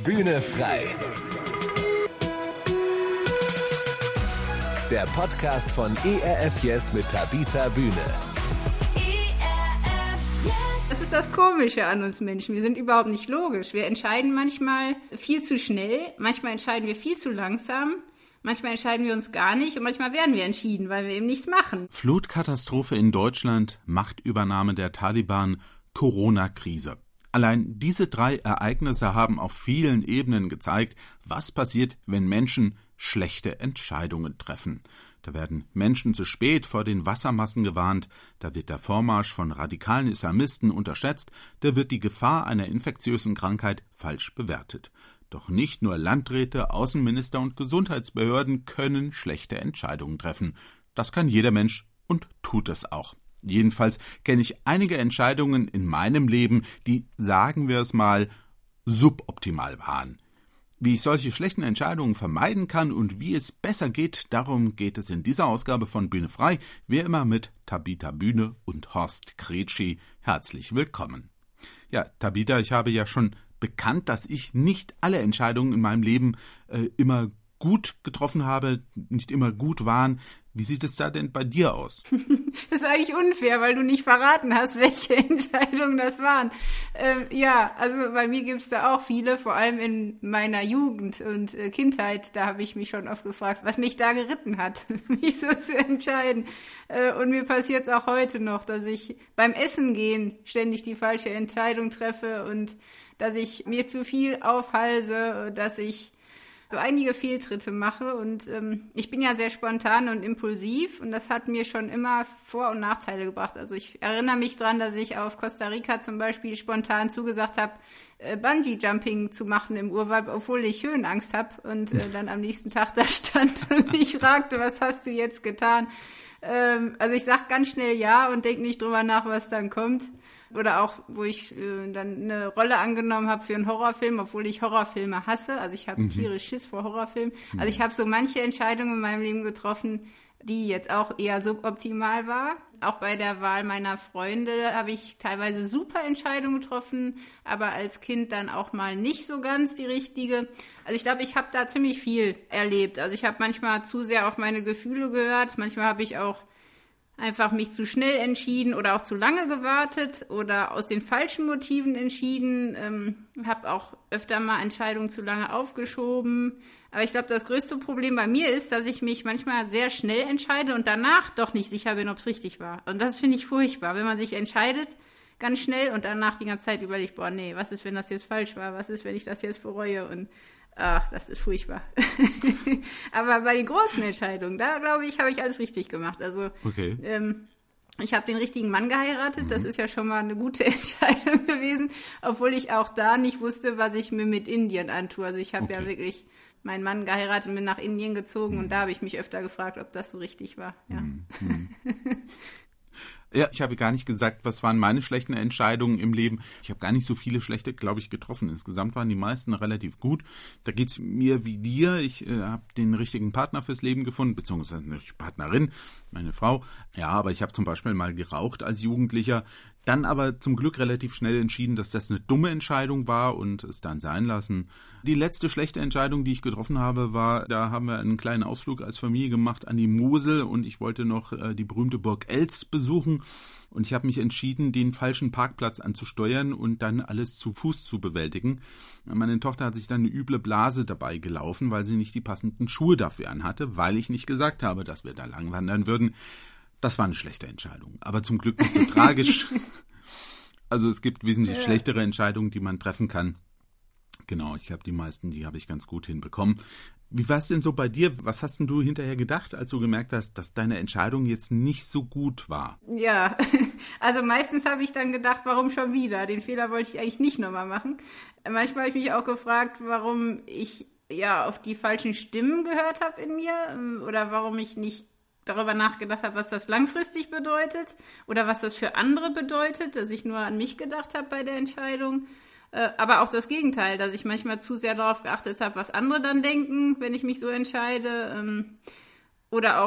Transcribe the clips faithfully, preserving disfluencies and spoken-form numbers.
Bühne frei. Der Podcast von E R F Yes mit Tabita Bühne. Das ist das Komische an uns Menschen. Wir sind überhaupt nicht logisch. Wir entscheiden manchmal viel zu schnell, manchmal entscheiden wir viel zu langsam, manchmal entscheiden wir uns gar nicht und manchmal werden wir entschieden, weil wir eben nichts machen. Flutkatastrophe in Deutschland, Machtübernahme der Taliban, Corona-Krise. Allein diese drei Ereignisse haben auf vielen Ebenen gezeigt, was passiert, wenn Menschen schlechte Entscheidungen treffen. Da werden Menschen zu spät vor den Wassermassen gewarnt, da wird der Vormarsch von radikalen Islamisten unterschätzt, da wird die Gefahr einer infektiösen Krankheit falsch bewertet. Doch nicht nur Landräte, Außenminister und Gesundheitsbehörden können schlechte Entscheidungen treffen. Das kann jeder Mensch und tut es auch. Jedenfalls kenne ich einige Entscheidungen in meinem Leben, die, sagen wir es mal, suboptimal waren. Wie ich solche schlechten Entscheidungen vermeiden kann und wie es besser geht, darum geht es in dieser Ausgabe von Bühne frei, wie immer mit Tabita Bühne und Horst Kretschi. Herzlich willkommen. Ja, Tabita, ich habe ja schon bekannt, dass ich nicht alle Entscheidungen in meinem Leben äh, immer gut getroffen habe, nicht immer gut waren. Wie sieht es da denn bei dir aus? Das ist eigentlich unfair, weil du nicht verraten hast, welche Entscheidungen das waren. Ähm, ja, also bei mir gibt's da auch viele, vor allem in meiner Jugend und äh, Kindheit. Da habe ich mich schon oft gefragt, was mich da geritten hat, mich so zu entscheiden. Äh, und mir passiert es auch heute noch, dass ich beim Essen gehen ständig die falsche Entscheidung treffe und dass ich mir zu viel aufhalse, dass ich so einige Fehltritte mache und ähm, ich bin ja sehr spontan und impulsiv und das hat mir schon immer Vor- und Nachteile gebracht. Also ich erinnere mich dran, dass ich auf Costa Rica zum Beispiel spontan zugesagt habe, äh, Bungee-Jumping zu machen im Urwald, obwohl ich Höhenangst habe und äh, dann am nächsten Tag da stand und ich fragte, was hast du jetzt getan? Ähm, also ich sage ganz schnell ja und denke nicht drüber nach, was dann kommt. Oder auch, wo ich äh, dann eine Rolle angenommen habe für einen Horrorfilm, obwohl ich Horrorfilme hasse. Also ich habe mhm. tierisch Schiss vor Horrorfilmen. Mhm. Also ich habe so manche Entscheidungen in meinem Leben getroffen, die jetzt auch eher suboptimal war. Auch bei der Wahl meiner Freunde habe ich teilweise super Entscheidungen getroffen, aber als Kind dann auch mal nicht so ganz die richtige. Also ich glaube, ich habe da ziemlich viel erlebt. Also ich habe manchmal zu sehr auf meine Gefühle gehört. Manchmal habe ich auch einfach mich zu schnell entschieden oder auch zu lange gewartet oder aus den falschen Motiven entschieden. Ähm, habe auch öfter mal Entscheidungen zu lange aufgeschoben. Aber ich glaube, das größte Problem bei mir ist, dass ich mich manchmal sehr schnell entscheide und danach doch nicht sicher bin, ob es richtig war. Und das finde ich furchtbar, wenn man sich entscheidet ganz schnell und danach die ganze Zeit überlegt, boah, nee, was ist, wenn das jetzt falsch war? Was ist, wenn ich das jetzt bereue? Und ach, das ist furchtbar. Aber bei den großen Entscheidungen, da glaube ich, habe ich alles richtig gemacht. Also okay. ähm, ich habe den richtigen Mann geheiratet. Mhm. Das ist ja schon mal eine gute Entscheidung gewesen, obwohl ich auch da nicht wusste, was ich mir mit Indien antue. Also ich habe okay. ja wirklich meinen Mann geheiratet und bin nach Indien gezogen. Mhm. Und da habe ich mich öfter gefragt, ob das so richtig war. Ja. Mhm. Ja, ich habe gar nicht gesagt, was waren meine schlechten Entscheidungen im Leben. Ich habe gar nicht so viele schlechte, glaube ich, getroffen. Insgesamt waren die meisten relativ gut. Da geht's mir wie dir. Ich äh, habe den richtigen Partner fürs Leben gefunden, beziehungsweise eine Partnerin, meine Frau. Ja, aber ich habe zum Beispiel mal geraucht als Jugendlicher. Dann aber zum Glück relativ schnell entschieden, dass das eine dumme Entscheidung war und es dann sein lassen. Die letzte schlechte Entscheidung, die ich getroffen habe, war, da haben wir einen kleinen Ausflug als Familie gemacht an die Mosel und ich wollte noch äh, die berühmte Burg Eltz besuchen und ich habe mich entschieden, den falschen Parkplatz anzusteuern und dann alles zu Fuß zu bewältigen. Meine Tochter hat sich dann eine üble Blase dabei gelaufen, weil sie nicht die passenden Schuhe dafür anhatte, weil ich nicht gesagt habe, dass wir da lang wandern würden. Das war eine schlechte Entscheidung, aber zum Glück nicht so tragisch. Also es gibt wesentlich ja. schlechtere Entscheidungen, die man treffen kann. Genau, ich glaube, die meisten, die habe ich ganz gut hinbekommen. Wie war es denn so bei dir? Was hast denn du hinterher gedacht, als du gemerkt hast, dass deine Entscheidung jetzt nicht so gut war? Ja, also meistens habe ich dann gedacht, warum schon wieder? Den Fehler wollte ich eigentlich nicht nochmal machen. Manchmal habe ich mich auch gefragt, warum ich ja auf die falschen Stimmen gehört habe in mir oder warum ich nicht darüber nachgedacht habe, was das langfristig bedeutet oder was das für andere bedeutet, dass ich nur an mich gedacht habe bei der Entscheidung. Äh, aber auch das Gegenteil, dass ich manchmal zu sehr darauf geachtet habe, was andere dann denken, wenn ich mich so entscheide. Ähm, oder auch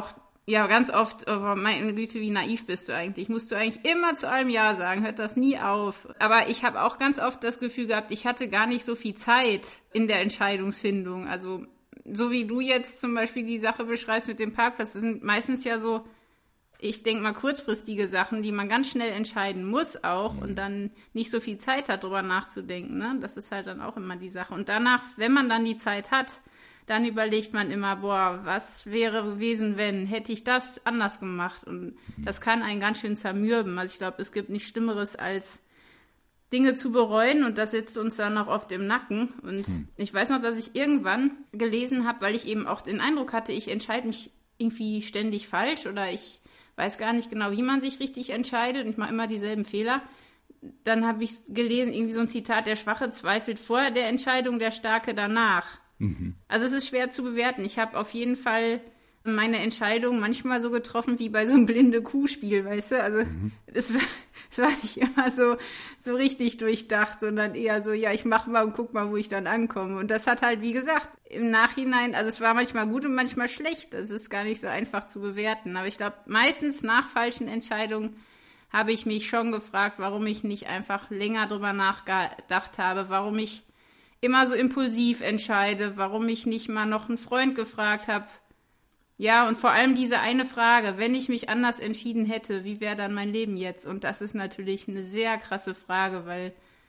ja, ganz oft, oh, meine Güte, wie naiv bist du eigentlich? Musst du eigentlich immer zu allem Ja sagen, hört das nie auf. Aber ich habe auch ganz oft das Gefühl gehabt, ich hatte gar nicht so viel Zeit in der Entscheidungsfindung. Also so wie du jetzt zum Beispiel die Sache beschreibst mit dem Parkplatz, das sind meistens ja so, ich denke mal, kurzfristige Sachen, die man ganz schnell entscheiden muss auch und dann nicht so viel Zeit hat, drüber nachzudenken. Ne? Das ist halt dann auch immer die Sache. Und danach, wenn man dann die Zeit hat, dann überlegt man immer, boah, was wäre gewesen, wenn, hätte ich das anders gemacht? Und das kann einen ganz schön zermürben. Also ich glaube, es gibt nichts Schlimmeres, als Dinge zu bereuen und das sitzt uns dann noch oft im Nacken. Und hm. ich weiß noch, dass ich irgendwann gelesen habe, weil ich eben auch den Eindruck hatte, ich entscheide mich irgendwie ständig falsch oder ich weiß gar nicht genau, wie man sich richtig entscheidet und ich mache immer dieselben Fehler. Dann habe ich gelesen, irgendwie so ein Zitat, der Schwache zweifelt vor der Entscheidung, der Starke danach. Mhm. Also es ist schwer zu bewerten. Ich habe auf jeden Fall meine Entscheidung manchmal so getroffen wie bei so einem blinde Kuhspiel, weißt du? Also mhm. es, war, es war nicht immer so, so richtig durchdacht, sondern eher so, ja, ich mach mal und guck mal, wo ich dann ankomme. Und das hat halt, wie gesagt, im Nachhinein, also es war manchmal gut und manchmal schlecht. Das ist gar nicht so einfach zu bewerten. Aber ich glaube, meistens nach falschen Entscheidungen habe ich mich schon gefragt, warum ich nicht einfach länger drüber nachgedacht habe, warum ich immer so impulsiv entscheide, warum ich nicht mal noch einen Freund gefragt habe. Ja, und vor allem diese eine Frage, wenn ich mich anders entschieden hätte, wie wäre dann mein Leben jetzt? Und das ist natürlich eine sehr krasse Frage, weil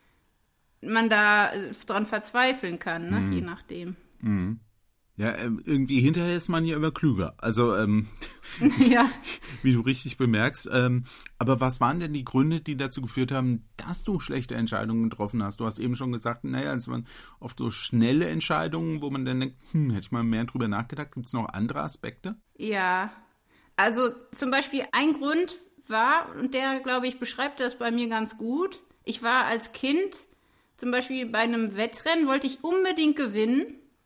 man da dran verzweifeln kann, ne? Mhm. Je nachdem. Mhm. Ja, irgendwie hinterher ist man ja immer klüger. Also, ähm, ja. wie du richtig bemerkst. Ähm, aber was waren denn die Gründe, die dazu geführt haben, dass du schlechte Entscheidungen getroffen hast? Du hast eben schon gesagt, naja, es waren oft so schnelle Entscheidungen, wo man dann denkt, hm, hätte ich mal mehr drüber nachgedacht. Gibt es noch andere Aspekte? Ja, also zum Beispiel ein Grund war, und der, glaube ich, beschreibt das bei mir ganz gut. Ich war als Kind zum Beispiel bei einem Wettrennen, wollte ich unbedingt gewinnen.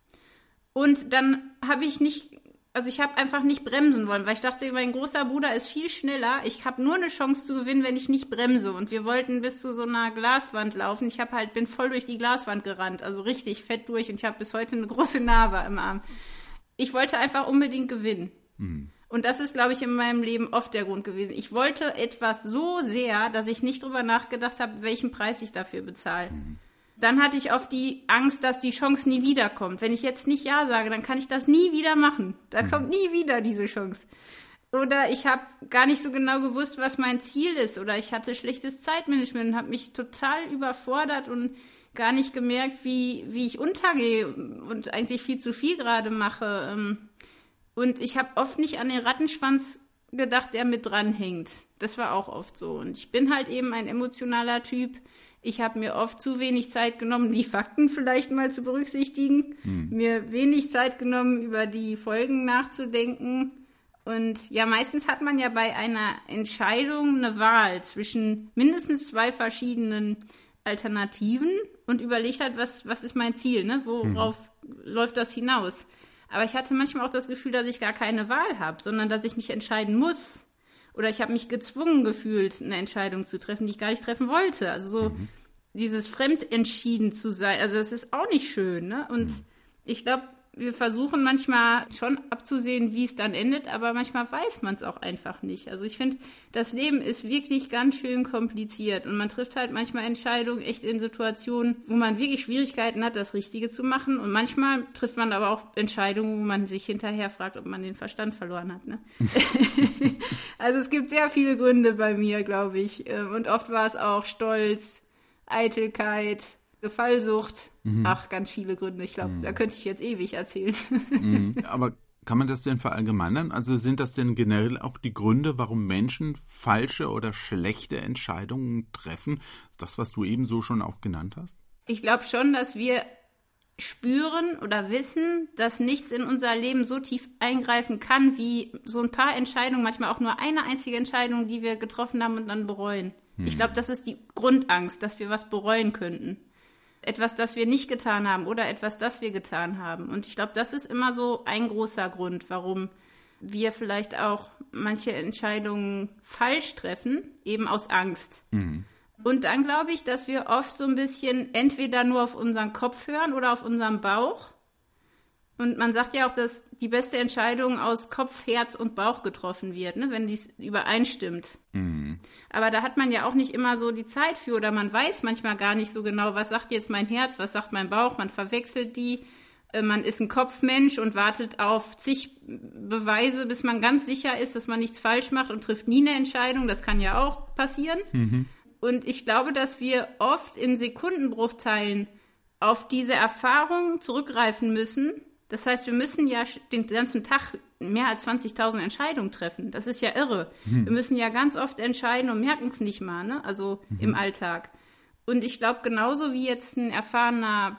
Und dann habe ich nicht, also ich habe einfach nicht bremsen wollen, weil ich dachte, mein großer Bruder ist viel schneller. Ich habe nur eine Chance zu gewinnen, wenn ich nicht bremse. Und wir wollten bis zu so einer Glaswand laufen. Ich habe halt, bin voll durch die Glaswand gerannt, also richtig fett durch. Und ich habe bis heute eine große Narbe im Arm. Ich wollte einfach unbedingt gewinnen. Mhm. Und das ist, glaube ich, in meinem Leben oft der Grund gewesen. Ich wollte etwas so sehr, dass ich nicht drüber nachgedacht habe, welchen Preis ich dafür bezahle. Mhm. Dann hatte ich oft die Angst, dass die Chance nie wiederkommt. Wenn ich jetzt nicht Ja sage, dann kann ich das nie wieder machen. Da kommt nie wieder diese Chance. Oder ich habe gar nicht so genau gewusst, was mein Ziel ist. Oder ich hatte schlechtes Zeitmanagement und habe mich total überfordert und gar nicht gemerkt, wie, wie ich untergehe und eigentlich viel zu viel gerade mache. Und ich habe oft nicht an den Rattenschwanz gedacht, der mit dranhängt. Das war auch oft so. Und ich bin halt eben ein emotionaler Typ. Ich habe mir oft zu wenig Zeit genommen, die Fakten vielleicht mal zu berücksichtigen, hm. mir wenig Zeit genommen, über die Folgen nachzudenken. Und ja, meistens hat man ja bei einer Entscheidung eine Wahl zwischen mindestens zwei verschiedenen Alternativen und überlegt halt, was, was ist mein Ziel, ne? Worauf hm. läuft das hinaus? Aber ich hatte manchmal auch das Gefühl, dass ich gar keine Wahl habe, sondern dass ich mich entscheiden muss. Oder ich habe mich gezwungen gefühlt, eine Entscheidung zu treffen, die ich gar nicht treffen wollte. Also so mhm. dieses fremdentschieden zu sein, also das ist auch nicht schön, ne? Und mhm. ich glaube, wir versuchen manchmal schon abzusehen, wie es dann endet, aber manchmal weiß man es auch einfach nicht. Also ich finde, das Leben ist wirklich ganz schön kompliziert und man trifft halt manchmal Entscheidungen echt in Situationen, wo man wirklich Schwierigkeiten hat, das Richtige zu machen und manchmal trifft man aber auch Entscheidungen, wo man sich hinterher fragt, ob man den Verstand verloren hat, ne? Also es gibt sehr viele Gründe bei mir, glaube ich, und oft war es auch Stolz, Eitelkeit, Gefallsucht, mhm. ach, ganz viele Gründe. Ich glaube, mhm. da könnte ich jetzt ewig erzählen. Mhm. Aber kann man das denn verallgemeinern? Also sind das denn generell auch die Gründe, warum Menschen falsche oder schlechte Entscheidungen treffen? Das, was du eben so schon auch genannt hast? Ich glaube schon, dass wir spüren oder wissen, dass nichts in unser Leben so tief eingreifen kann, wie so ein paar Entscheidungen, manchmal auch nur eine einzige Entscheidung, die wir getroffen haben und dann bereuen. Mhm. Ich glaube, das ist die Grundangst, dass wir was bereuen könnten. Etwas, das wir nicht getan haben oder etwas, das wir getan haben. Und ich glaube, das ist immer so ein großer Grund, warum wir vielleicht auch manche Entscheidungen falsch treffen, eben aus Angst. Mhm. Und dann glaube ich, dass wir oft so ein bisschen entweder nur auf unseren Kopf hören oder auf unseren Bauch. Und man sagt ja auch, dass die beste Entscheidung aus Kopf, Herz und Bauch getroffen wird, ne, wenn dies übereinstimmt. Mhm. Aber da hat man ja auch nicht immer so die Zeit für oder man weiß manchmal gar nicht so genau, was sagt jetzt mein Herz, was sagt mein Bauch, man verwechselt die. Man ist ein Kopfmensch und wartet auf zig Beweise, bis man ganz sicher ist, dass man nichts falsch macht und trifft nie eine Entscheidung. Das kann ja auch passieren. Mhm. Und ich glaube, dass wir oft in Sekundenbruchteilen auf diese Erfahrung zurückgreifen müssen. Das heißt, wir müssen ja den ganzen Tag mehr als zwanzigtausend Entscheidungen treffen. Das ist ja irre. Mhm. Wir müssen ja ganz oft entscheiden und merken es nicht mal, ne? Also mhm. im Alltag. Und ich glaube, genauso wie jetzt ein erfahrener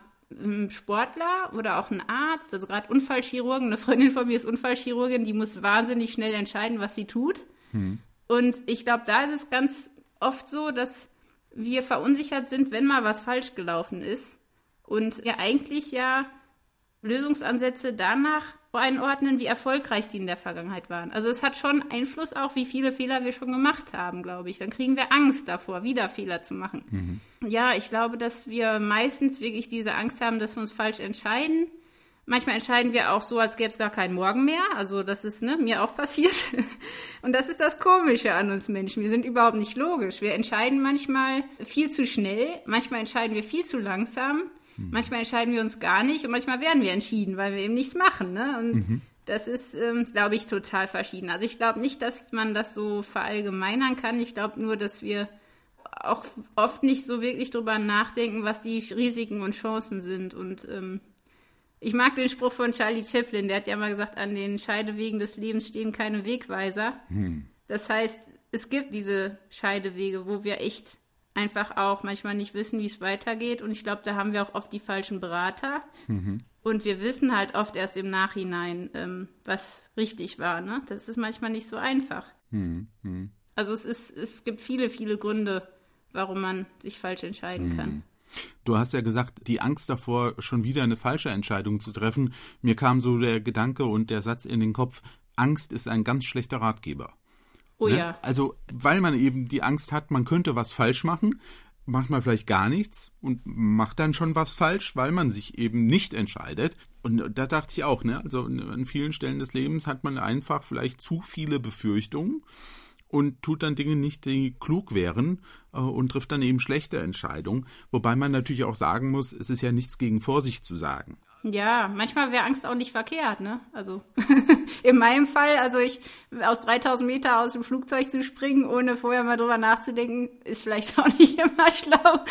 Sportler oder auch ein Arzt, also gerade Unfallchirurgen, eine Freundin von mir ist Unfallchirurgin, die muss wahnsinnig schnell entscheiden, was sie tut. Mhm. Und ich glaube, da ist es ganz oft so, dass wir verunsichert sind, wenn mal was falsch gelaufen ist. Und ja eigentlich ja Lösungsansätze danach einordnen, wie erfolgreich die in der Vergangenheit waren. Also es hat schon Einfluss auch, wie viele Fehler wir schon gemacht haben, glaube ich. Dann kriegen wir Angst davor, wieder Fehler zu machen. Mhm. Ja, ich glaube, dass wir meistens wirklich diese Angst haben, dass wir uns falsch entscheiden. Manchmal entscheiden wir auch so, als gäbe es gar keinen Morgen mehr. Also das ist ne, mir auch passiert. Und das ist das Komische an uns Menschen. Wir sind überhaupt nicht logisch. Wir entscheiden manchmal viel zu schnell, manchmal entscheiden wir viel zu langsam. Manchmal entscheiden wir uns gar nicht und manchmal werden wir entschieden, weil wir eben nichts machen. Ne? Und mhm. das ist, ähm, glaube ich, total verschieden. Also ich glaube nicht, dass man das so verallgemeinern kann. Ich glaube nur, dass wir auch oft nicht so wirklich drüber nachdenken, was die Risiken und Chancen sind. Und ähm, ich mag den Spruch von Charlie Chaplin, der hat ja mal gesagt, an den Scheidewegen des Lebens stehen keine Wegweiser. Mhm. Das heißt, es gibt diese Scheidewege, wo wir echt einfach auch manchmal nicht wissen, wie es weitergeht. Und ich glaube, da haben wir auch oft die falschen Berater. Mhm. Und wir wissen halt oft erst im Nachhinein, ähm, was richtig war. Ne? Das ist manchmal nicht so einfach. Mhm. Also es ist, es gibt viele, viele Gründe, warum man sich falsch entscheiden mhm. kann. Du hast ja gesagt, die Angst davor, schon wieder eine falsche Entscheidung zu treffen. Mir kam so der Gedanke und der Satz in den Kopf, Angst ist ein ganz schlechter Ratgeber. Oh ne? Ja. Also, weil man eben die Angst hat, man könnte was falsch machen, macht man vielleicht gar nichts und macht dann schon was falsch, weil man sich eben nicht entscheidet. Und da dachte ich auch, ne, also an vielen Stellen des Lebens hat man einfach vielleicht zu viele Befürchtungen und tut dann Dinge nicht, die klug wären äh, und trifft dann eben schlechte Entscheidungen. Wobei man natürlich auch sagen muss, es ist ja nichts gegen Vorsicht zu sagen. Ja, manchmal wäre Angst auch nicht verkehrt, ne? Also in meinem Fall, also ich aus dreitausend Meter aus dem Flugzeug zu springen, ohne vorher mal drüber nachzudenken, ist vielleicht auch nicht immer schlau.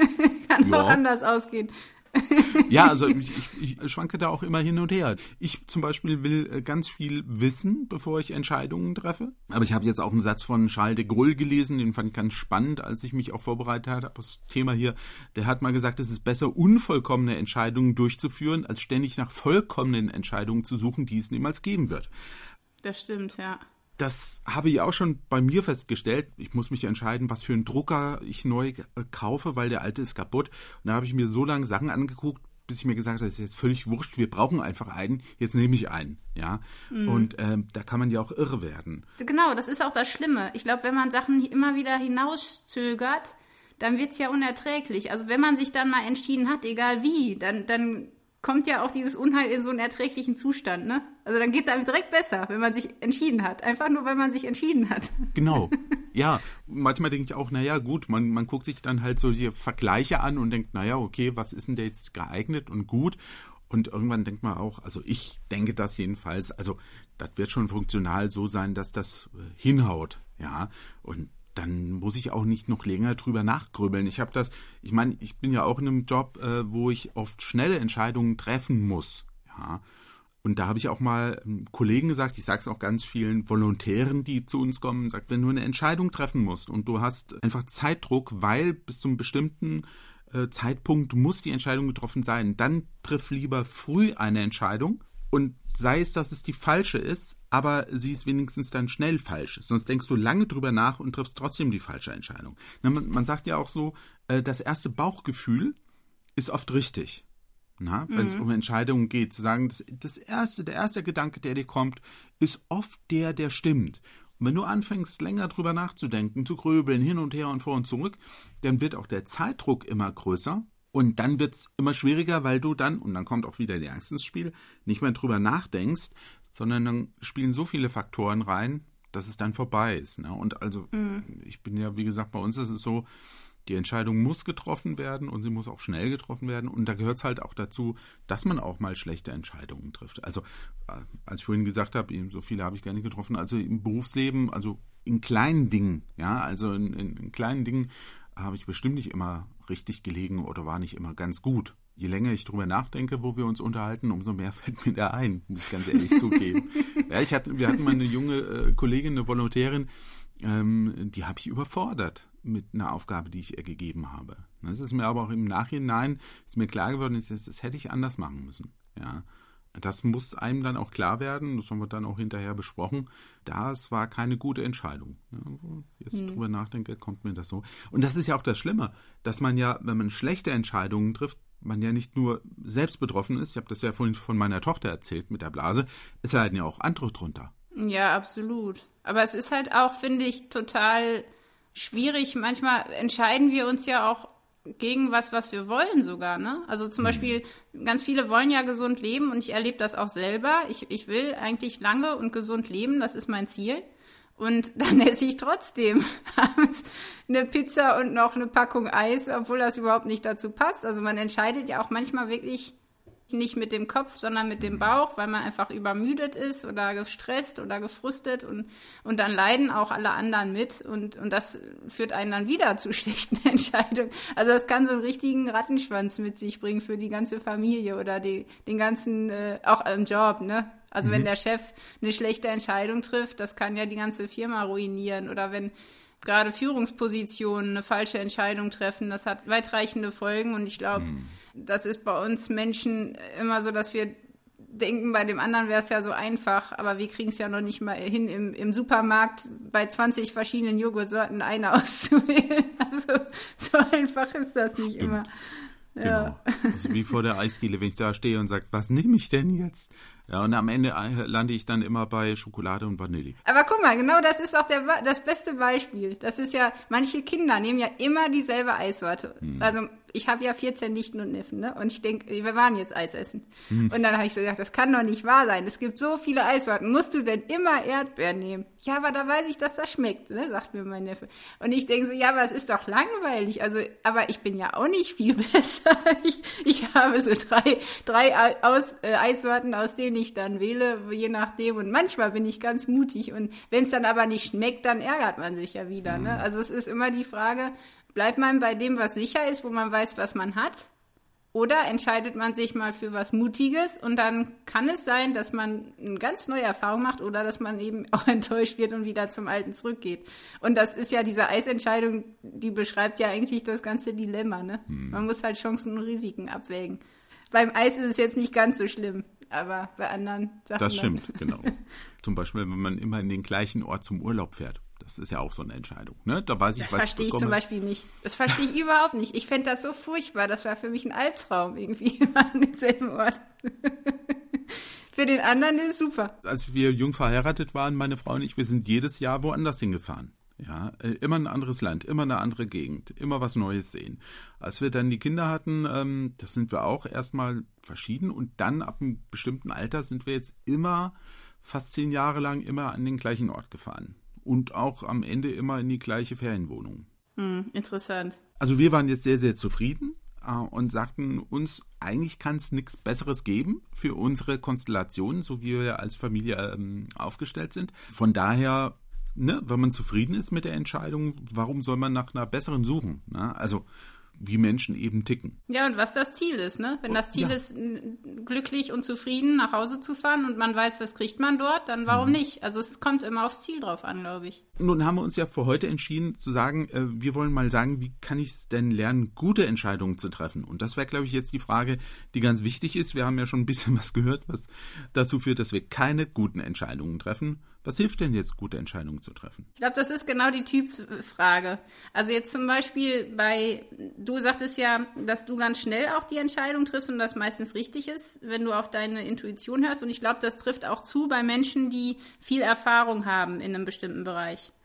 Kann ja auch anders ausgehen. Ja, also ich, ich, ich schwanke da auch immer hin und her. Ich zum Beispiel will ganz viel wissen, bevor ich Entscheidungen treffe. Aber ich habe jetzt auch einen Satz von Charles de Gaulle gelesen, den fand ich ganz spannend, als ich mich auch vorbereitet habe auf das Thema hier. Der hat mal gesagt, es ist besser, unvollkommene Entscheidungen durchzuführen, als ständig nach vollkommenen Entscheidungen zu suchen, die es niemals geben wird. Das stimmt, ja. Das habe ich auch schon bei mir festgestellt. Ich muss mich entscheiden, was für einen Drucker ich neu kaufe, weil der alte ist kaputt. Und da habe ich mir so lange Sachen angeguckt, bis ich mir gesagt habe, das ist jetzt völlig wurscht, wir brauchen einfach einen, jetzt nehme ich einen. Ja? Mhm. Und ähm, da kann man ja auch irre werden. Genau, das ist auch das Schlimme. Ich glaube, wenn man Sachen immer wieder hinauszögert, dann wird es ja unerträglich. Also wenn man sich dann mal entschieden hat, egal wie, dann, dann kommt ja auch dieses Unheil in so einen erträglichen Zustand, ne? Also dann geht es einem direkt besser, wenn man sich entschieden hat. Einfach nur, weil man sich entschieden hat. Genau. Ja, manchmal denke ich auch, naja, gut, man, man guckt sich dann halt so die Vergleiche an und denkt, naja, okay, was ist denn da jetzt geeignet und gut? Und irgendwann denkt man auch, also ich denke das jedenfalls, also das wird schon funktional so sein, dass das hinhaut, ja, und dann muss ich auch nicht noch länger drüber nachgrübeln. Ich habe das, ich meine, ich bin ja auch in einem Job, äh, wo ich oft schnelle Entscheidungen treffen muss. Ja. Und da habe ich auch mal einem Kollegen gesagt, ich sage es auch ganz vielen Volontären, die zu uns kommen, sagt, wenn du eine Entscheidung treffen musst und du hast einfach Zeitdruck, weil bis zu einem bestimmten äh, Zeitpunkt muss die Entscheidung getroffen sein, dann triff lieber früh eine Entscheidung. Und sei es, dass es die falsche ist, aber sie ist wenigstens dann schnell falsch. Sonst denkst du lange drüber nach und triffst trotzdem die falsche Entscheidung. Man, man sagt ja auch so, das erste Bauchgefühl ist oft richtig. Na, wenn es mhm. um Entscheidungen geht, zu sagen, das, das erste, der erste Gedanke, der dir kommt, ist oft der, der stimmt. Und wenn du anfängst, länger drüber nachzudenken, zu grübeln, hin und her und vor und zurück, dann wird auch der Zeitdruck immer größer. Und dann wird's immer schwieriger, weil du dann, und dann kommt auch wieder die Angst ins Spiel, nicht mehr drüber nachdenkst, sondern dann spielen so viele Faktoren rein, dass es dann vorbei ist. Ne? Und also, mhm. ich bin ja, wie gesagt, bei uns ist es so, die Entscheidung muss getroffen werden und sie muss auch schnell getroffen werden. Und da gehört es halt auch dazu, dass man auch mal schlechte Entscheidungen trifft. Also, als ich vorhin gesagt habe, so viele habe ich gar nicht getroffen, also im Berufsleben, also in kleinen Dingen, ja, also in, in, in kleinen Dingen habe ich bestimmt nicht immer richtig gelegen oder war nicht immer ganz gut. Je länger ich drüber nachdenke, wo wir uns unterhalten, umso mehr fällt mir da ein, muss ich ganz ehrlich zugeben. Ja, ich hatte, wir hatten mal eine junge äh, Kollegin, eine Volontärin, ähm, die habe ich überfordert mit einer Aufgabe, die ich ihr gegeben habe. Das ist mir aber auch im Nachhinein ist mir klar geworden, das, das hätte ich anders machen müssen. Ja, das muss einem dann auch klar werden, das haben wir dann auch hinterher besprochen. Das war keine gute Entscheidung. Ja, jetzt hm. drüber nachdenke, kommt mir das so. Und das ist ja auch das Schlimme, dass man ja, wenn man schlechte Entscheidungen trifft, man ja nicht nur selbst betroffen ist, ich habe das ja vorhin von meiner Tochter erzählt mit der Blase, es leiden ja auch andere drunter. Ja, absolut. Aber es ist halt auch, finde ich, total schwierig. Manchmal entscheiden wir uns ja auch gegen was, was wir wollen sogar, ne? Also zum Beispiel, ganz viele wollen ja gesund leben und ich erlebe das auch selber. Ich, ich will eigentlich lange und gesund leben, das ist mein Ziel. Und dann esse ich trotzdem abends eine Pizza und noch eine Packung Eis, obwohl das überhaupt nicht dazu passt. Also man entscheidet ja auch manchmal wirklich nicht mit dem Kopf, sondern mit dem Bauch, weil man einfach übermüdet ist oder gestresst oder gefrustet und, und dann leiden auch alle anderen mit und, und das führt einen dann wieder zu schlechten Entscheidungen. Also das kann so einen richtigen Rattenschwanz mit sich bringen für die ganze Familie oder die, den ganzen, äh, auch im Job, ne? Also mhm. wenn der Chef eine schlechte Entscheidung trifft, das kann ja die ganze Firma ruinieren oder wenn gerade Führungspositionen eine falsche Entscheidung treffen, das hat weitreichende Folgen und ich glaube, mhm. das ist bei uns Menschen immer so, dass wir denken, bei dem anderen wäre es ja so einfach, aber wir kriegen es ja noch nicht mal hin, im, im Supermarkt bei zwanzig verschiedenen Joghurtsorten eine auszuwählen. Also so einfach ist das nicht Stimmt. immer. Genau. Ja. Also wie vor der Eisdiele, wenn ich da stehe und sage, was nehme ich denn jetzt? Ja, und am Ende lande ich dann immer bei Schokolade und Vanille. Aber guck mal, genau das ist auch der, das beste Beispiel. Das ist ja, manche Kinder nehmen ja immer dieselbe Eissorte. Hm. Also ich habe ja vierzehn Nichten und Neffen, ne? Und ich denke, wir waren jetzt Eis essen. Hm. Und dann habe ich so gedacht, das kann doch nicht wahr sein. Es gibt so viele Eissorten. Musst du denn immer Erdbeeren nehmen? Ja, aber da weiß ich, dass das schmeckt, ne? Sagt mir mein Neffe. Und ich denke so, ja, aber es ist doch langweilig. Also, aber ich bin ja auch nicht viel besser. Ich, ich habe so drei, drei aus, äh, Eissorten, aus denen ich dann wähle, je nachdem. Und manchmal bin ich ganz mutig. Und wenn es dann aber nicht schmeckt, dann ärgert man sich ja wieder, ne? Also es ist immer die Frage, bleibt man bei dem, was sicher ist, wo man weiß, was man hat? Oder entscheidet man sich mal für was Mutiges und dann kann es sein, dass man eine ganz neue Erfahrung macht oder dass man eben auch enttäuscht wird und wieder zum Alten zurückgeht. Und das ist ja diese Eisentscheidung, die beschreibt ja eigentlich das ganze Dilemma, ne? Hm. Man muss halt Chancen und Risiken abwägen. Beim Eis ist es jetzt nicht ganz so schlimm, aber bei anderen Sachen. Das stimmt, genau. Zum Beispiel, wenn man immer in den gleichen Ort zum Urlaub fährt. Das ist ja auch so eine Entscheidung. Ne? Da weiß ich, das was verstehe ich bekomme. zum Beispiel nicht. Das verstehe ich überhaupt nicht. Ich fände das so furchtbar. Das war für mich ein Albtraum, irgendwie immer an demselben Ort. Für den anderen ist es super. Als wir jung verheiratet waren, meine Frau und ich, wir sind jedes Jahr woanders hingefahren. Ja, immer ein anderes Land, immer eine andere Gegend, immer was Neues sehen. Als wir dann die Kinder hatten, ähm, das sind wir auch erstmal verschieden und dann ab einem bestimmten Alter sind wir jetzt immer, fast zehn Jahre lang, immer an den gleichen Ort gefahren. Und auch am Ende immer in die gleiche Ferienwohnung. Hm, interessant. Also wir waren jetzt sehr, sehr zufrieden äh, und sagten uns, eigentlich kann es nichts Besseres geben für unsere Konstellation, so wie wir als Familie ähm, aufgestellt sind. Von daher, ne, wenn man zufrieden ist mit der Entscheidung, warum soll man nach einer besseren suchen? Ne? Also wie Menschen eben ticken. Ja, und was das Ziel ist, ne? Wenn das Ziel ja. ist, glücklich und zufrieden nach Hause zu fahren und man weiß, das kriegt man dort, dann warum mhm. nicht? Also es kommt immer aufs Ziel drauf an, glaube ich. Nun haben wir uns ja für heute entschieden zu sagen, äh, wir wollen mal sagen, wie kann ich es denn lernen, gute Entscheidungen zu treffen? Und das wäre, glaube ich, jetzt die Frage, die ganz wichtig ist. Wir haben ja schon ein bisschen was gehört, was dazu führt, dass wir keine guten Entscheidungen treffen. Was hilft denn jetzt, gute Entscheidungen zu treffen? Ich glaube, das ist genau die Typfrage. Also jetzt zum Beispiel bei, du sagtest ja, dass du ganz schnell auch die Entscheidung triffst und das meistens richtig ist, wenn du auf deine Intuition hörst. Und ich glaube, das trifft auch zu bei Menschen, die viel Erfahrung haben in einem bestimmten Bereich.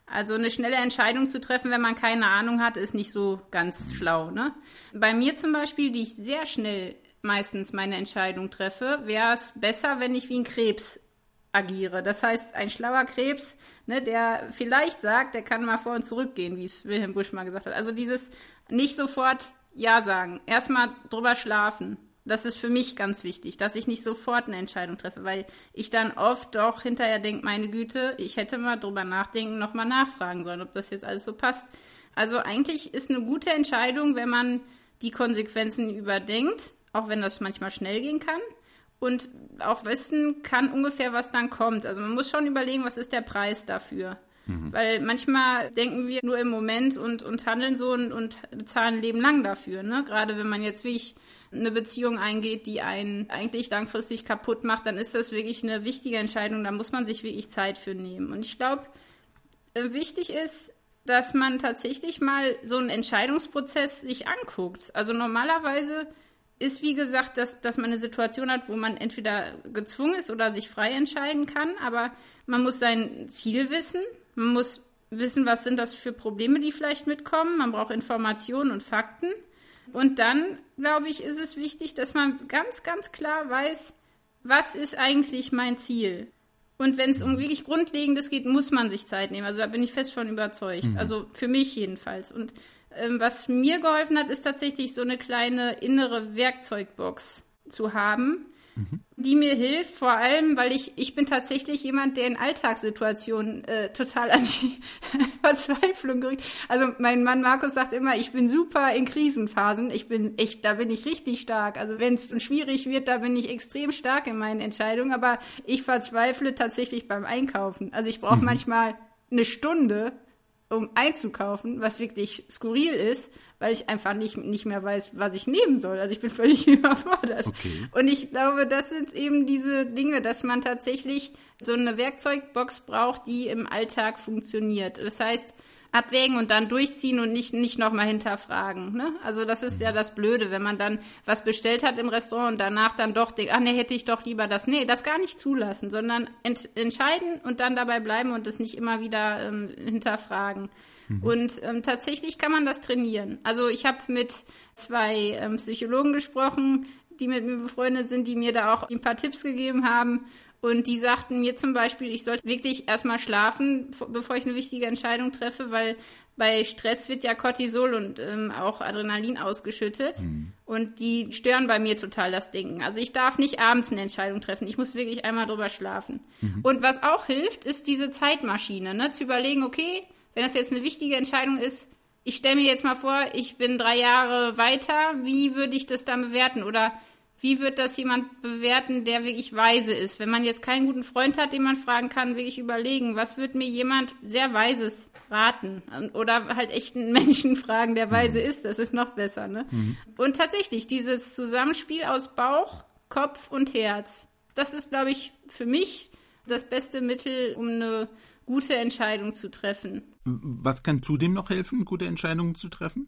Also eine schnelle Entscheidung zu treffen, wenn man keine Ahnung hat, ist nicht so ganz schlau, ne? Bei mir zum Beispiel, die ich sehr schnell meistens meine Entscheidung treffe, wäre es besser, wenn ich wie ein Krebs agiere. Das heißt, ein schlauer Krebs, ne, der vielleicht sagt, der kann mal vor und zurück gehen, wie es Wilhelm Busch mal gesagt hat. Also dieses nicht sofort Ja sagen, erstmal drüber schlafen. Das ist für mich ganz wichtig, dass ich nicht sofort eine Entscheidung treffe, weil ich dann oft doch hinterher denke, meine Güte, ich hätte mal drüber nachdenken, nochmal nachfragen sollen, ob das jetzt alles so passt. Also eigentlich ist eine gute Entscheidung, wenn man die Konsequenzen überdenkt, auch wenn das manchmal schnell gehen kann und auch wissen kann ungefähr, was dann kommt. Also man muss schon überlegen, was ist der Preis dafür. Mhm. Weil manchmal denken wir nur im Moment und, und handeln so und, und bezahlen ein Leben lang dafür, ne? Gerade wenn man jetzt wirklich eine Beziehung eingeht, die einen eigentlich langfristig kaputt macht, dann ist das wirklich eine wichtige Entscheidung. Da muss man sich wirklich Zeit für nehmen. Und ich glaube, wichtig ist, dass man tatsächlich mal so einen Entscheidungsprozess sich anguckt. Also normalerweise ist, wie gesagt, dass, dass man eine Situation hat, wo man entweder gezwungen ist oder sich frei entscheiden kann. Aber man muss sein Ziel wissen. Man muss wissen, was sind das für Probleme, die vielleicht mitkommen. Man braucht Informationen und Fakten. Und dann, glaube ich, ist es wichtig, dass man ganz, ganz klar weiß, was ist eigentlich mein Ziel? Und wenn es um wirklich Grundlegendes geht, muss man sich Zeit nehmen. Also da bin ich fest von überzeugt. Mhm. Also für mich jedenfalls. Und ähm, was mir geholfen hat, ist tatsächlich so eine kleine innere Werkzeugbox zu haben, mhm. die mir hilft, vor allem, weil ich, ich bin tatsächlich jemand, der in Alltagssituationen äh, total an die Verzweiflung gerät. Also mein Mann Markus sagt immer, ich bin super in Krisenphasen. Ich bin echt, da bin ich richtig stark. Also wenn es schwierig wird, da bin ich extrem stark in meinen Entscheidungen. Aber ich verzweifle tatsächlich beim Einkaufen. Also ich brauche mhm. manchmal eine Stunde, um einzukaufen, was wirklich skurril ist, weil ich einfach nicht, nicht mehr weiß, was ich nehmen soll. Also ich bin völlig überfordert. Okay. Und ich glaube, das sind eben diese Dinge, dass man tatsächlich so eine Werkzeugbox braucht, die im Alltag funktioniert. Das heißt, abwägen und dann durchziehen und nicht, nicht nochmal hinterfragen, ne? Also das ist ja das Blöde, wenn man dann was bestellt hat im Restaurant und danach dann doch denkt, ach nee, hätte ich doch lieber das. Nee, das gar nicht zulassen, sondern ent- entscheiden und dann dabei bleiben und das nicht immer wieder ähm, hinterfragen. Mhm. Und ähm, tatsächlich kann man das trainieren. Also ich habe mit zwei ähm, Psychologen gesprochen, die mit mir befreundet sind, die mir da auch ein paar Tipps gegeben haben. Und die sagten mir zum Beispiel, ich sollte wirklich erstmal schlafen, bevor ich eine wichtige Entscheidung treffe, weil bei Stress wird ja Cortisol und ähm, auch Adrenalin ausgeschüttet. Mhm. Und die stören bei mir total das Denken. Also ich darf nicht abends eine Entscheidung treffen. Ich muss wirklich einmal drüber schlafen. Mhm. Und was auch hilft, ist diese Zeitmaschine, ne? Zu überlegen, okay, wenn das jetzt eine wichtige Entscheidung ist, ich stelle mir jetzt mal vor, ich bin drei Jahre weiter, wie würde ich das dann bewerten? Oder wie wird das jemand bewerten, der wirklich weise ist? Wenn man jetzt keinen guten Freund hat, den man fragen kann, wirklich überlegen, was wird mir jemand sehr Weises raten? Oder halt echt einen Menschen fragen, der weise ist, das ist noch besser, ne? Mhm. Und tatsächlich, dieses Zusammenspiel aus Bauch, Kopf und Herz, das ist, glaube ich, für mich das beste Mittel, um eine gute Entscheidung zu treffen. Was kann zudem noch helfen, gute Entscheidungen zu treffen?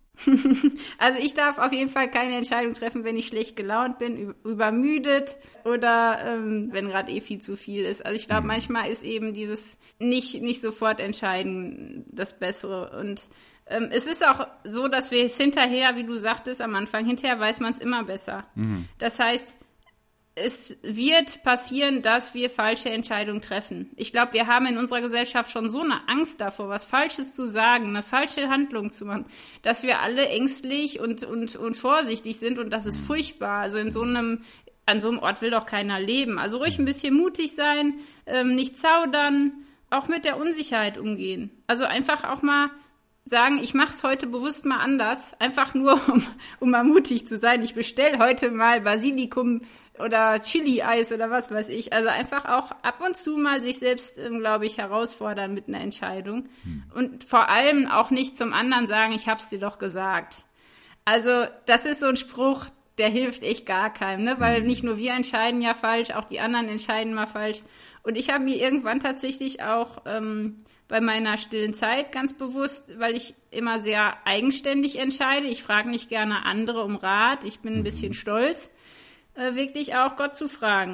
Also ich darf auf jeden Fall keine Entscheidung treffen, wenn ich schlecht gelaunt bin, übermüdet oder ähm, wenn gerade eh viel zu viel ist. Also ich glaube, mhm. manchmal ist eben dieses nicht, nicht sofort entscheiden das Bessere. Und ähm, es ist auch so, dass wir es hinterher, wie du sagtest am Anfang, hinterher weiß man es immer besser. Mhm. Das heißt, es wird passieren, dass wir falsche Entscheidungen treffen. Ich glaube, wir haben in unserer Gesellschaft schon so eine Angst davor, was Falsches zu sagen, eine falsche Handlung zu machen, dass wir alle ängstlich und, und, und vorsichtig sind und das ist furchtbar. Also in so einem, an so einem Ort will doch keiner leben. Also ruhig ein bisschen mutig sein, ähm, nicht zaudern, auch mit der Unsicherheit umgehen. Also einfach auch mal sagen, ich mache es heute bewusst mal anders, einfach nur, um, um mal mutig zu sein. Ich bestelle heute mal Basilikum oder Chili-Eis oder was weiß ich. Also einfach auch ab und zu mal sich selbst, glaube ich, herausfordern mit einer Entscheidung. Hm. Und vor allem auch nicht zum anderen sagen, ich hab's dir doch gesagt. Also das ist so ein Spruch, der hilft echt gar keinem, ne? Weil nicht nur wir entscheiden ja falsch, auch die anderen entscheiden mal falsch. Und ich habe mir irgendwann tatsächlich auch ähm, bei meiner stillen Zeit ganz bewusst, weil ich immer sehr eigenständig entscheide. Ich frage nicht gerne andere um Rat. Ich bin ein bisschen stolz, äh, wirklich auch Gott zu fragen.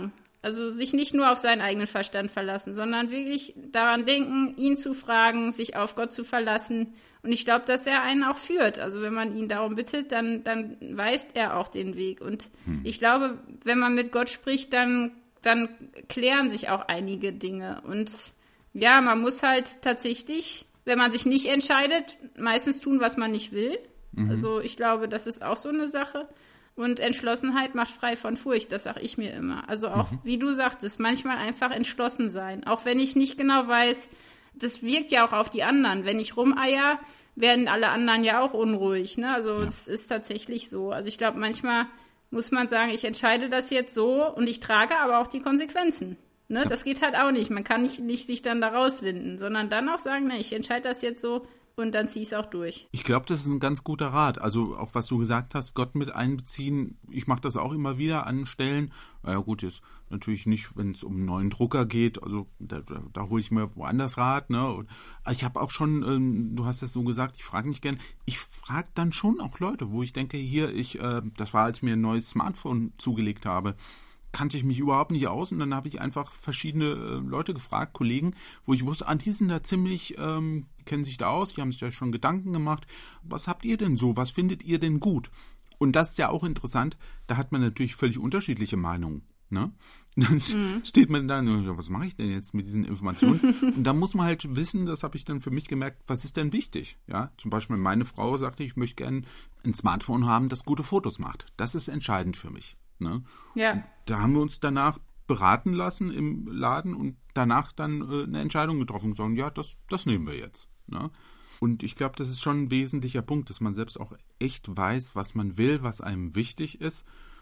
Also sich nicht nur auf seinen eigenen Verstand verlassen, sondern wirklich daran denken, ihn zu fragen, sich auf Gott zu verlassen. Und ich glaube, dass er einen auch führt. Also wenn man ihn darum bittet, dann, dann weist er auch den Weg. Und hm. ich glaube, wenn man mit Gott spricht, dann, dann klären sich auch einige Dinge. Und ja, man muss halt tatsächlich, wenn man sich nicht entscheidet, meistens tun, was man nicht will. Mhm. Also ich glaube, das ist auch so eine Sache. Und Entschlossenheit macht frei von Furcht, das sage ich mir immer. Also auch, mhm. wie du sagtest, manchmal einfach entschlossen sein. Auch wenn ich nicht genau weiß, das wirkt ja auch auf die anderen. Wenn ich rumeier, werden alle anderen ja auch unruhig. Ne? Also es ja. ist tatsächlich so. Also ich glaube, manchmal muss man sagen, ich entscheide das jetzt so und ich trage aber auch die Konsequenzen. Ne? Ja. Das geht halt auch nicht. Man kann nicht, nicht sich dann da rauswinden, sondern dann auch sagen, ne, ich entscheide das jetzt so. Und dann zieh ich es auch durch. Ich glaube, das ist ein ganz guter Rat. Also auch was du gesagt hast, Gott mit einbeziehen. Ich mache das auch immer wieder an Stellen. Naja gut, jetzt natürlich nicht, wenn es um einen neuen Drucker geht. Also da, da, da hole ich mir woanders Rat. Ne? Und ich habe auch schon, ähm, du hast das so gesagt, ich frage nicht gern. Ich frage dann schon auch Leute, wo ich denke, hier, ich, äh, das war, als ich mir ein neues Smartphone zugelegt habe, kannte ich mich überhaupt nicht aus und dann habe ich einfach verschiedene äh, Leute gefragt, Kollegen, wo ich wusste, ah, die sind da ziemlich, ähm, kennen sich da aus, die haben sich da schon Gedanken gemacht. Was habt ihr denn so? Was findet ihr denn gut? Und das ist ja auch interessant, da hat man natürlich völlig unterschiedliche Meinungen. Ne? Dann mhm. steht man da, was mache ich denn jetzt mit diesen Informationen? Und da muss man halt wissen, das habe ich dann für mich gemerkt, was ist denn wichtig? Ja, zum Beispiel meine Frau sagte, ich möchte gerne ein Smartphone haben, das gute Fotos macht. Das ist entscheidend für mich. Ne? Ja. Da haben wir uns danach beraten lassen im Laden und danach dann äh, eine Entscheidung getroffen und gesagt, ja, das, das nehmen wir jetzt. Ne? Und ich glaube, das ist schon ein wesentlicher Punkt, dass man selbst auch echt weiß, was man will, was einem wichtig ist.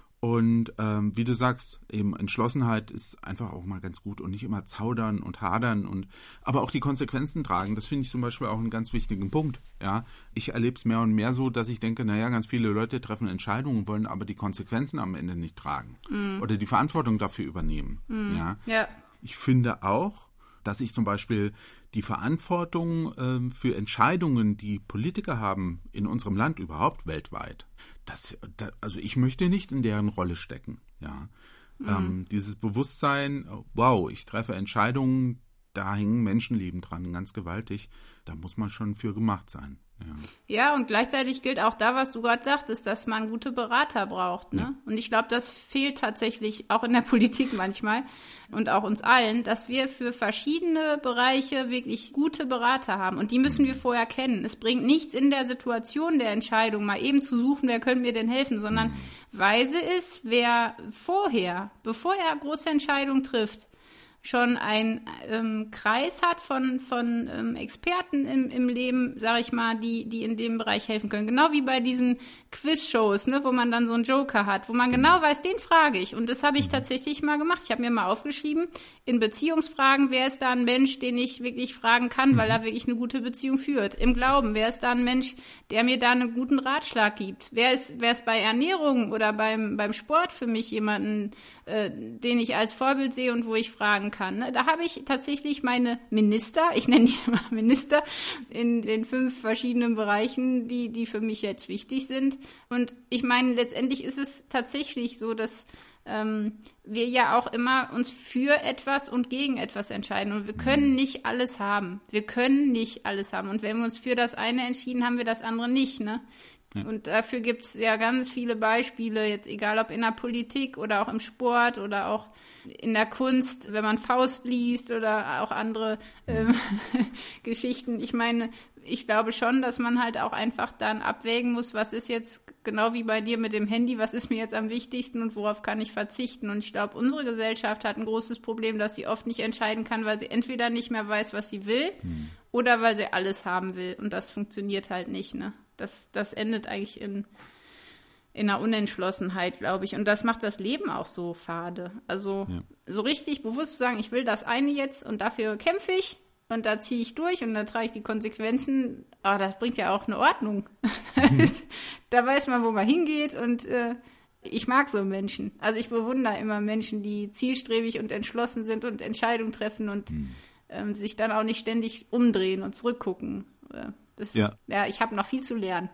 Und ähm, wie du sagst, eben Entschlossenheit ist einfach auch mal ganz gut und nicht immer zaudern und hadern und aber auch die Konsequenzen tragen. Das finde ich zum Beispiel auch einen ganz wichtigen Punkt. Ja, ich erlebe es mehr und mehr so, dass ich denke, naja, ganz viele Leute treffen Entscheidungen, wollen aber die Konsequenzen am Ende nicht tragen mm. oder die Verantwortung dafür übernehmen. Mm. Ja. ja. Ich finde auch, dass ich zum Beispiel die Verantwortung ähm, für Entscheidungen, die Politiker haben in unserem Land überhaupt weltweit, das, da, also ich möchte nicht in deren Rolle stecken. Ja, mhm. ähm, dieses Bewusstsein, wow, ich treffe Entscheidungen, da hängen Menschenleben dran, ganz gewaltig. Da muss man schon für gemacht sein. Ja, ja und gleichzeitig gilt auch da, was du gerade sagtest, dass man gute Berater braucht. Ne? Ja. Und ich glaube, das fehlt tatsächlich auch in der Politik manchmal und auch uns allen, dass wir für verschiedene Bereiche wirklich gute Berater haben. Und die müssen wir vorher kennen. Es bringt nichts in der Situation der Entscheidung, mal eben zu suchen, wer könnte mir denn helfen, sondern weise ist, wer vorher, bevor er große Entscheidungen trifft, schon einen ähm, Kreis hat von von ähm, Experten im, im Leben, sage ich mal, die die in dem Bereich helfen können. Genau wie bei diesen Quiz-Shows, ne, wo man dann so einen Joker hat, wo man genau weiß, den frage ich. Und das habe ich tatsächlich mal gemacht. Ich habe mir mal aufgeschrieben, in Beziehungsfragen, wer ist da ein Mensch, den ich wirklich fragen kann, weil er wirklich eine gute Beziehung führt. Im Glauben, wer ist da ein Mensch, der mir da einen guten Ratschlag gibt? Wer ist wer ist bei Ernährung oder beim beim Sport für mich jemanden, äh, den ich als Vorbild sehe und wo ich fragen kann? Ne? Da habe ich tatsächlich meine Minister, ich nenne die immer Minister, in den fünf verschiedenen Bereichen, die die für mich jetzt wichtig sind. Und ich meine, letztendlich ist es tatsächlich so, dass ähm, wir ja auch immer uns für etwas und gegen etwas entscheiden. Und wir können nicht alles haben. Wir können nicht alles haben. Und wenn wir uns für das eine entschieden, haben wir das andere nicht, ne? Ja. Und dafür gibt es ja ganz viele Beispiele, jetzt egal ob in der Politik oder auch im Sport oder auch in der Kunst, wenn man Faust liest oder auch andere ähm, Geschichten. Ich meine, ich glaube schon, dass man halt auch einfach dann abwägen muss, was ist jetzt, genau wie bei dir mit dem Handy, was ist mir jetzt am wichtigsten und worauf kann ich verzichten. Und ich glaube, unsere Gesellschaft hat ein großes Problem, dass sie oft nicht entscheiden kann, weil sie entweder nicht mehr weiß, was sie will, hm. oder weil sie alles haben will. Und das funktioniert halt nicht, ne? Das, das endet eigentlich in, in einer Unentschlossenheit, glaube ich. Und das macht das Leben auch so fade. Also ja. so richtig bewusst zu sagen, ich will das eine jetzt und dafür kämpfe ich und da ziehe ich durch und dann trage ich die Konsequenzen. Aber das bringt ja auch eine Ordnung. Mhm. Da weiß man, wo man hingeht und äh, ich mag so Menschen. Also ich bewundere immer Menschen, die zielstrebig und entschlossen sind und Entscheidungen treffen und mhm. ähm, sich dann auch nicht ständig umdrehen und zurückgucken. Das, ja. ja, ich habe noch viel zu lernen.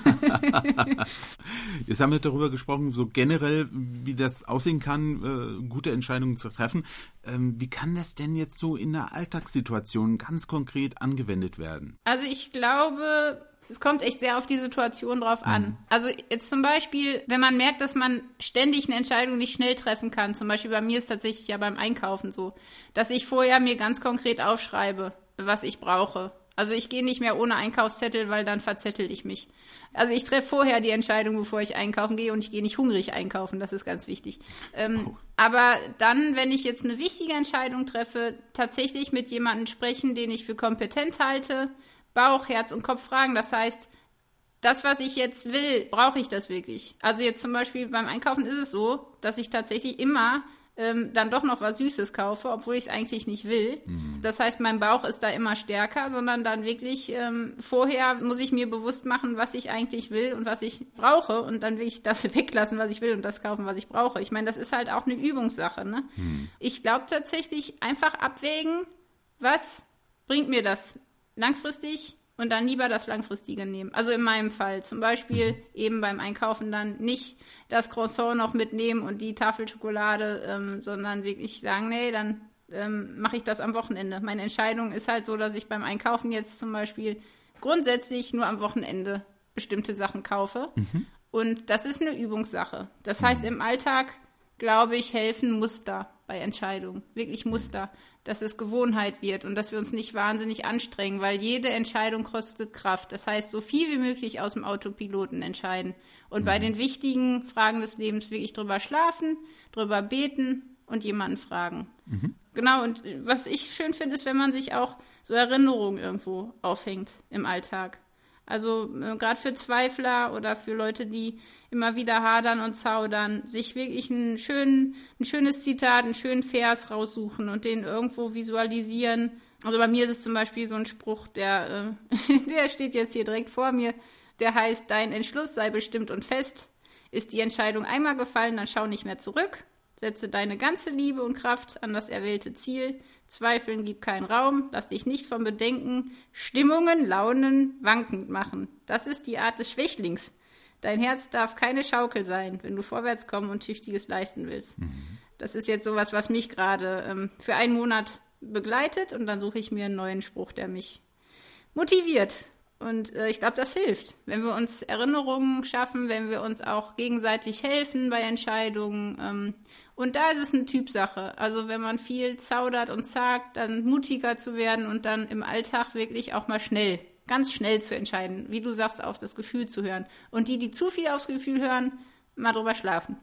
Jetzt haben wir darüber gesprochen, so generell, wie das aussehen kann, äh, gute Entscheidungen zu treffen. Ähm, wie kann das denn jetzt so in der Alltagssituation ganz konkret angewendet werden? Also ich glaube, es kommt echt sehr auf die Situation drauf an. Mhm. Also jetzt zum Beispiel, wenn man merkt, dass man ständig eine Entscheidung nicht schnell treffen kann, zum Beispiel bei mir ist tatsächlich ja beim Einkaufen so, dass ich vorher mir ganz konkret aufschreibe, was ich brauche. Also ich gehe nicht mehr ohne Einkaufszettel, weil dann verzettel ich mich. Also ich treffe vorher die Entscheidung, bevor ich einkaufen gehe, und ich gehe nicht hungrig einkaufen, das ist ganz wichtig. Ähm, oh. Aber dann, wenn ich jetzt eine wichtige Entscheidung treffe, tatsächlich mit jemandem sprechen, den ich für kompetent halte, Bauch, Herz und Kopf fragen. Das heißt, das, was ich jetzt will, brauche ich das wirklich? Also jetzt zum Beispiel beim Einkaufen ist es so, dass ich tatsächlich immer ähm, dann doch noch was Süßes kaufe, obwohl ich es eigentlich nicht will. Mhm. Das heißt, mein Bauch ist da immer stärker, sondern dann wirklich ähm, vorher muss ich mir bewusst machen, was ich eigentlich will und was ich brauche, und dann will ich das weglassen, was ich will, und das kaufen, was ich brauche. Ich meine, das ist halt auch eine Übungssache, ne? Mhm. Ich glaube tatsächlich einfach abwägen, was bringt mir das langfristig, und dann lieber das Langfristige nehmen. Also in meinem Fall zum Beispiel mhm. eben beim Einkaufen dann nicht das Croissant noch mitnehmen und die Tafel Schokolade, ähm, sondern wirklich sagen, nee, dann ähm, mache ich das am Wochenende. Meine Entscheidung ist halt so, dass ich beim Einkaufen jetzt zum Beispiel grundsätzlich nur am Wochenende bestimmte Sachen kaufe. Mhm. Und das ist eine Übungssache. Das heißt, im Alltag, glaube ich, helfen Muster bei Entscheidungen. Wirklich Muster. Dass es Gewohnheit wird und dass wir uns nicht wahnsinnig anstrengen, weil jede Entscheidung kostet Kraft. Das heißt, so viel wie möglich aus dem Autopiloten entscheiden. Und mhm. bei den wichtigen Fragen des Lebens wirklich drüber schlafen, drüber beten und jemanden fragen. Mhm. Genau, und was ich schön finde, ist, wenn man sich auch so Erinnerungen irgendwo aufhängt im Alltag. Also äh, gerade für Zweifler oder für Leute, die immer wieder hadern und zaudern, sich wirklich einen schönen, ein schönes Zitat, einen schönen Vers raussuchen und den irgendwo visualisieren. Also bei mir ist es zum Beispiel so ein Spruch, der, äh, der steht jetzt hier direkt vor mir, der heißt: Dein Entschluss sei bestimmt und fest. Ist die Entscheidung einmal gefallen, dann schau nicht mehr zurück. Setze deine ganze Liebe und Kraft an das erwählte Ziel. Zweifeln gibt keinen Raum. Lass dich nicht vom Bedenken, Stimmungen, Launen wankend machen. Das ist die Art des Schwächlings. Dein Herz darf keine Schaukel sein, wenn du vorwärts kommen und Tüchtiges leisten willst. Mhm. Das ist jetzt sowas, was mich gerade ähm, für einen Monat begleitet, und dann suche ich mir einen neuen Spruch, der mich motiviert. Und äh, ich glaube, das hilft, wenn wir uns Erinnerungen schaffen, wenn wir uns auch gegenseitig helfen bei Entscheidungen. Ähm, und da ist es eine Typsache. Also wenn man viel zaudert und zagt, dann mutiger zu werden und dann im Alltag wirklich auch mal schnell, ganz schnell zu entscheiden. Wie du sagst, auf das Gefühl zu hören. Und die, die zu viel aufs Gefühl hören, mal drüber schlafen.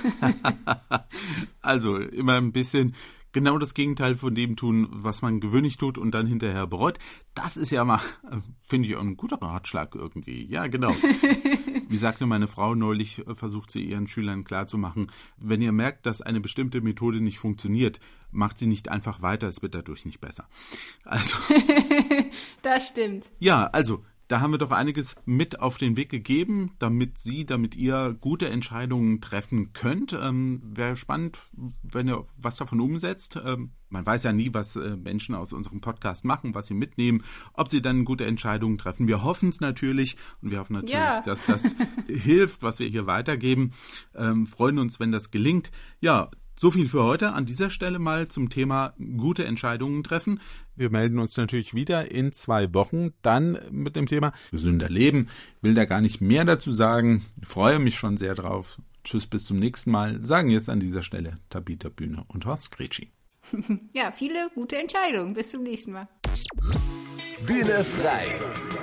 Also immer ein bisschen genau das Gegenteil von dem tun, was man gewöhnlich tut und dann hinterher bereut. Das ist ja mal, finde ich, auch ein guter Ratschlag irgendwie. Ja, genau. Wie sagte meine Frau neulich, versucht sie ihren Schülern klarzumachen, wenn ihr merkt, dass eine bestimmte Methode nicht funktioniert, macht sie nicht einfach weiter, es wird dadurch nicht besser. Also. Das stimmt. Ja, also. Da haben wir doch einiges mit auf den Weg gegeben, damit Sie, damit ihr gute Entscheidungen treffen könnt. Ähm, wäre spannend, wenn ihr was davon umsetzt. Ähm, man weiß ja nie, was äh, Menschen aus unserem Podcast machen, was sie mitnehmen, ob sie dann gute Entscheidungen treffen. Wir hoffen es natürlich und wir hoffen natürlich, ja. dass das hilft, was wir hier weitergeben. Ähm, freuen uns, wenn das gelingt. Ja, so viel für heute. An dieser Stelle mal zum Thema gute Entscheidungen treffen. Wir melden uns natürlich wieder in zwei Wochen, dann mit dem Thema gesünder Leben. Ich will da gar nicht mehr dazu sagen. Ich freue mich schon sehr drauf. Tschüss, bis zum nächsten Mal. Sagen jetzt an dieser Stelle Tabita Bühne und Horst Gretschi. Ja, viele gute Entscheidungen. Bis zum nächsten Mal. Bühne frei.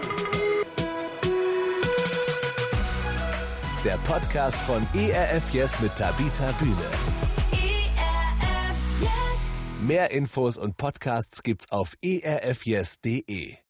Der Podcast von E R F Yes mit Tabita Bühne. Mehr Infos und Podcasts gibt's auf e r f yes punkt de.